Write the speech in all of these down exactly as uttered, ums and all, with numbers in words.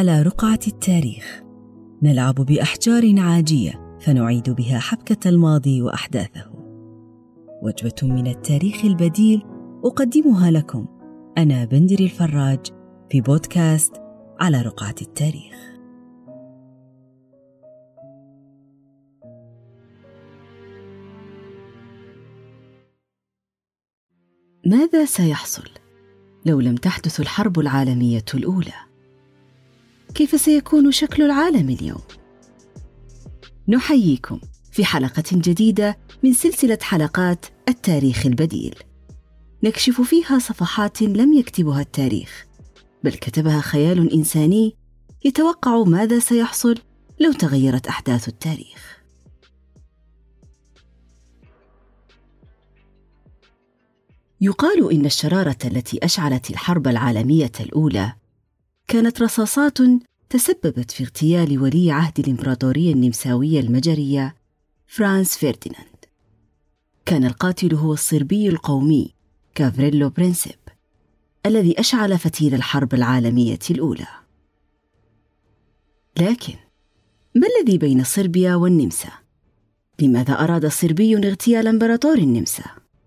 على رقعة التاريخ، نلعب بأحجار عاجية فنعيد بها حبكة الماضي وأحداثه. وجبة من التاريخ البديل أقدمها لكم أنا بندر الفراج في بودكاست على رقعة التاريخ. ماذا سيحصل لو لم تحدث الحرب العالمية الأولى؟ كيف سيكون شكل العالم اليوم؟ نحييكم في حلقة جديدة من سلسلة حلقات التاريخ البديل، نكشف فيها صفحات لم يكتبها التاريخ، بل كتبها خيال إنساني يتوقع ماذا سيحصل لو تغيرت أحداث التاريخ. يقال إن الشرارة التي أشعلت الحرب العالمية الأولى كانت رصاصات تسببت في اغتيال ولي عهد الإمبراطورية النمساوية المجرية فرانز فرديناند. كان القاتل هو الصربي القومي غافريلو برينسيب، الذي أشعل فتيل الحرب العالمية الأولى. لكن ما الذي بين صربيا والنمسا؟ لماذا أراد صربي اغتيال إمبراطور النمسا؟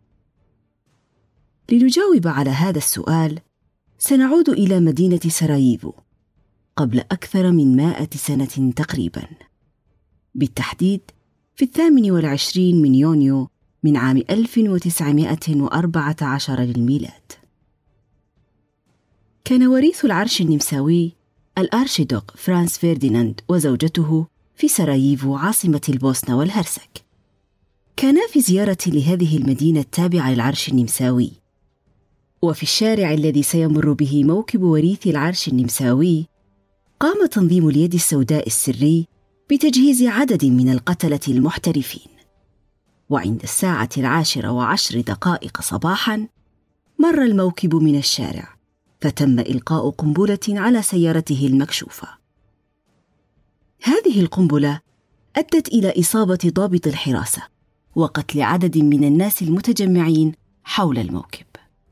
لنجاوب على هذا السؤال سنعود إلى مدينة سراييفو قبل أكثر من مائة سنة تقريباً، بالتحديد في الثامن والعشرين من يونيو من عام ألف وتسعمائة وأربعة عشر للميلاد. كان وريث العرش النمساوي الأرشيدوق فرانز فرديناند وزوجته في سراييفو عاصمة البوسنة والهرسك. كانا في زيارة لهذه المدينة التابعة للعرش النمساوي، وفي الشارع الذي سيمر به موكب وريث العرش النمساوي قام تنظيم اليد السوداء السري بتجهيز عدد من القتلة المحترفين. وعند الساعة العاشرة وعشر دقائق صباحاً مر الموكب من الشارع، فتم إلقاء قنبلة على سيارته المكشوفة. هذه القنبلة أدت إلى إصابة ضابط الحراسة وقتل عدد من الناس المتجمعين حول الموكب.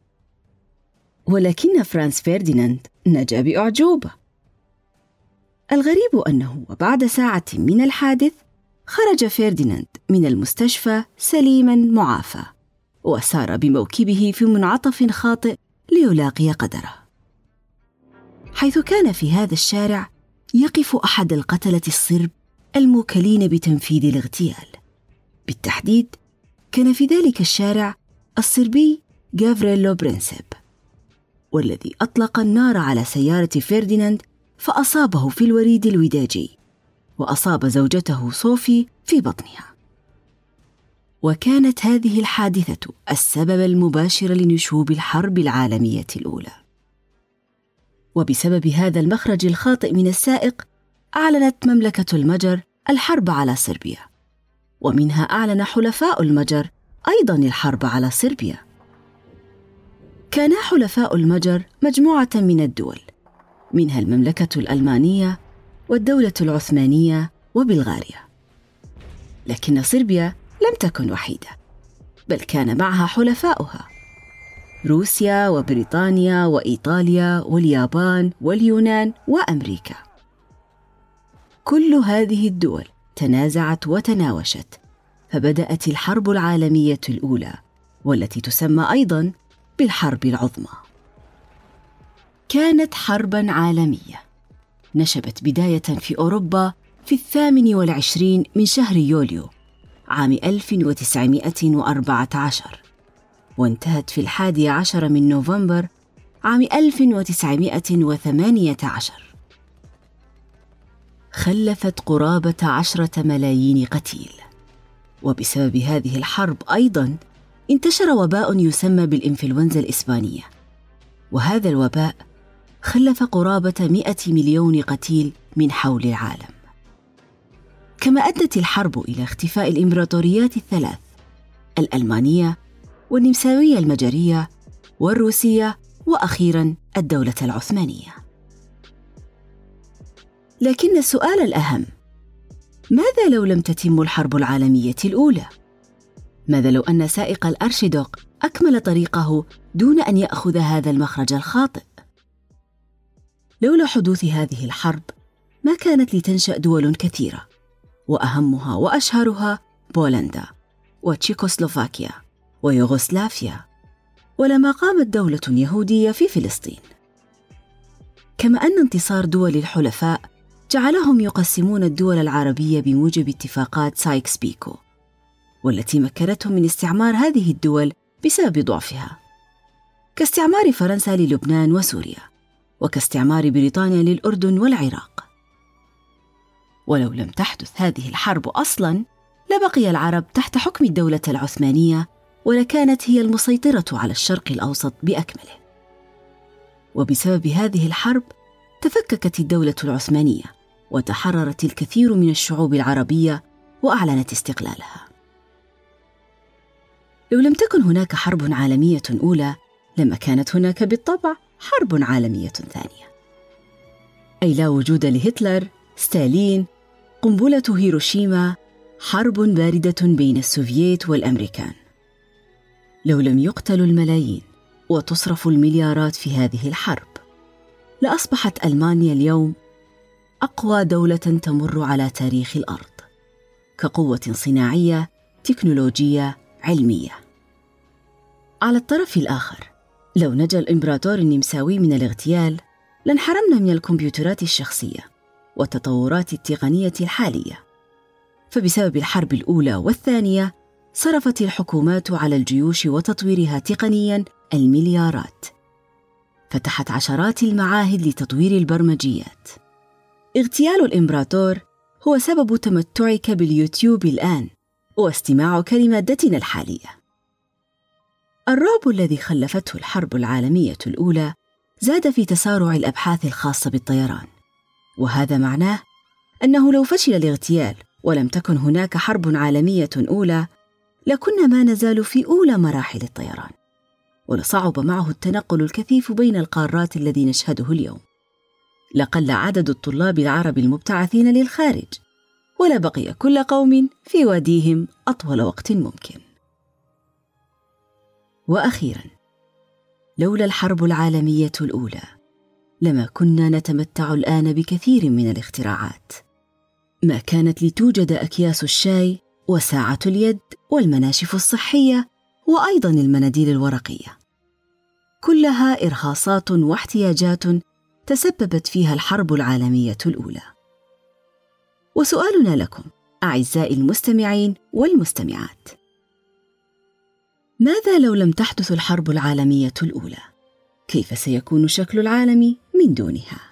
ولكن فرانز فرديناند نجا بأعجوبة. الغريب أنه وبعد ساعة من الحادث خرج فرديناند من المستشفى سليماً معافى، وسار بموكبه في منعطف خاطئ ليلاقي قدره، حيث كان في هذا الشارع يقف أحد القتلة الصرب الموكلين بتنفيذ الاغتيال. بالتحديد كان في ذلك الشارع الصربي غافريلو برينسيب، والذي أطلق النار على سيارة فرديناند فأصابه في الوريد الوداجي، وأصاب زوجته صوفي في بطنها. وكانت هذه الحادثة السبب المباشر لنشوب الحرب العالمية الأولى. وبسبب هذا المخرج الخاطئ من السائق أعلنت مملكة المجر الحرب على صربيا، ومنها أعلن حلفاء المجر أيضاً الحرب على صربيا. كان حلفاء المجر مجموعة من الدول، منها المملكة الألمانية والدولة العثمانية وبلغاريا. لكن صربيا لم تكن وحيدة، بل كان معها حلفاؤها روسيا وبريطانيا وإيطاليا واليابان واليونان وأمريكا. كل هذه الدول تنازعت وتناوشت، فبدأت الحرب العالمية الأولى، والتي تسمى أيضاً بالحرب العظمى. كانت حرباً عالمية نشبت بداية في أوروبا في الثامن والعشرين من شهر يوليو عام ألف وتسعمائة وأربعة عشر، وانتهت في الحادي عشر من نوفمبر عام ألف وتسعمائة وثمانية عشر. خلفت قرابة عشرة ملايين قتيل. وبسبب هذه الحرب أيضاً انتشر وباء يسمى بالإنفلونزا الإسبانية، وهذا الوباء خلف قرابة مئة مليون قتيل من حول العالم. كما أدت الحرب إلى اختفاء الإمبراطوريات الثلاث، الألمانية والنمساوية المجرية والروسية وأخيراً الدولة العثمانية. لكن السؤال الأهم: ماذا لو لم تتم الحرب العالمية الأولى؟ ماذا لو أن سائق الأرشيدوق أكمل طريقه دون أن يأخذ هذا المخرج الخاطئ؟ لولا حدوث هذه الحرب ما كانت لتنشأ دول كثيرة، وأهمها وأشهرها بولندا وتشيكوسلوفاكيا ويوغوسلافيا، ولما قامت دولة يهودية في فلسطين. كما أن انتصار دول الحلفاء جعلهم يقسمون الدول العربية بموجب اتفاقات سايكس بيكو، والتي مكنتهم من استعمار هذه الدول بسبب ضعفها، كاستعمار فرنسا للبنان وسوريا، وكاستعمار بريطانيا للأردن والعراق. ولو لم تحدث هذه الحرب أصلاً لبقي العرب تحت حكم الدولة العثمانية، ولكانت هي المسيطرة على الشرق الأوسط بأكمله. وبسبب هذه الحرب تفككت الدولة العثمانية، وتحررت الكثير من الشعوب العربية وأعلنت استقلالها. لو لم تكن هناك حرب عالمية أولى لما كانت هناك بالطبع حرب عالمية ثانية، أي لا وجود لهتلر، ستالين، قنبلة هيروشيما، حرب باردة بين السوفييت والأمريكان. لو لم يقتل الملايين وتصرف المليارات في هذه الحرب لأصبحت ألمانيا اليوم أقوى دولة تمر على تاريخ الأرض، كقوة صناعية، تكنولوجية، علمية. على الطرف الآخر، لو نجا الإمبراطور النمساوي من الاغتيال لانحرمنا من الكمبيوترات الشخصية والتطورات التقنية الحالية. فبسبب الحرب الأولى والثانية صرفت الحكومات على الجيوش وتطويرها تقنياً المليارات، فتحت عشرات المعاهد لتطوير البرمجيات. اغتيال الإمبراطور هو سبب تمتعك باليوتيوب الآن واستماعك لمادتنا الحالية. الرعب الذي خلفته الحرب العالمية الأولى زاد في تسارع الأبحاث الخاصة بالطيران، وهذا معناه أنه لو فشل الاغتيال ولم تكن هناك حرب عالمية أولى لكنا ما نزال في أولى مراحل الطيران، ولصعب معه التنقل الكثيف بين القارات الذي نشهده اليوم. لقل عدد الطلاب العرب المبتعثين للخارج، ولا بقي كل قوم في واديهم أطول وقت ممكن. وأخيراً، لولا الحرب العالمية الأولى لما كنا نتمتع الآن بكثير من الاختراعات. ما كانت لتوجد أكياس الشاي وساعة اليد والمناشف الصحية وأيضاً المناديل الورقية، كلها إرهاصات واحتياجات تسببت فيها الحرب العالمية الأولى. وسؤالنا لكم أعزائي المستمعين والمستمعات، ماذا لو لم تحدث الحرب العالمية الأولى؟ كيف سيكون شكل العالم من دونها؟